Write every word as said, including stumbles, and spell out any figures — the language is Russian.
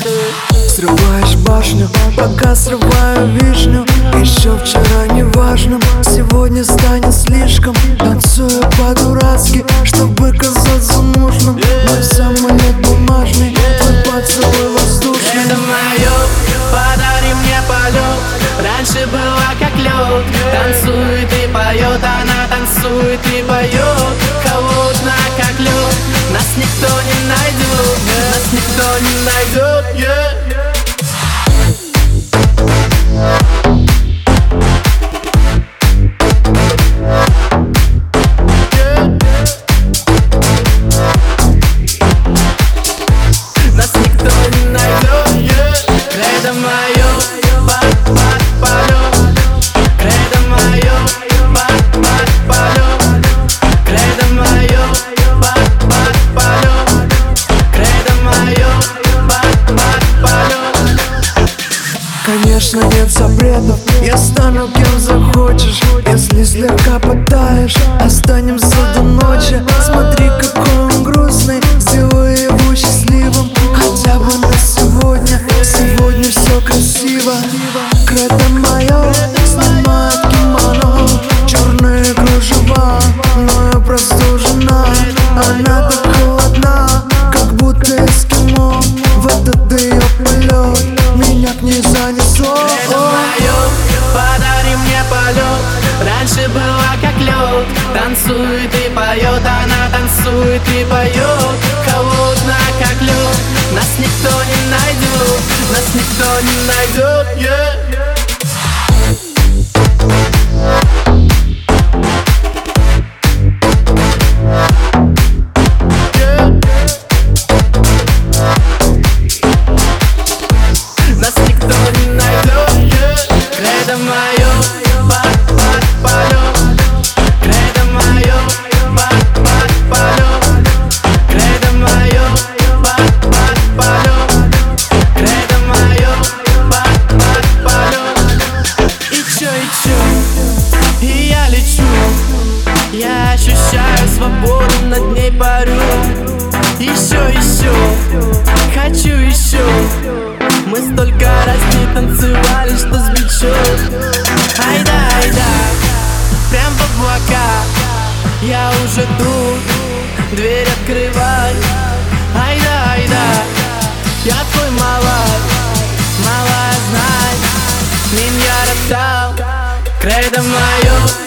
Срываешь башню, пока срываю вишню. Еще вчера неважным, сегодня станет слишком. Танцую по-дурацки, чтобы казаться нужным. Мой самолет бумажный, твой поцелуй воздушный. Это мое, подари мне полет. Раньше была как лед. Танцует и поет, она танцует и поет. Холодно как лед. Нас никто не найдет, нас никто не найдет, yeah. Конечно, нет запретов, я стану кем захочешь. Если слегка потаешь, останемся до ночи. Смотри, какой он грустный, сделай его счастливым. Хотя бы на сегодня, сегодня все красиво. Кредо мое снимает кимоно, черные кружева, но я простужена. Она так холодна, как будто эскимо. В этот ее полет меня к ней занесло. Это мое, подари мне полет. Раньше была как лед. Танцует и поет, она танцует и поет. Холодно как лед. Нас никто не найдет, нас никто не найдет, yeah. Я ощущаю свободу, над ней парю. Еще, еще, хочу еще. Мы столько раз не танцевали, что сбечет. Айда, айда, прям в облака. Я уже тут, дверь открывай. Айда, айда, я твой малай. Малая, знай, ним я роптал. Кредо мое.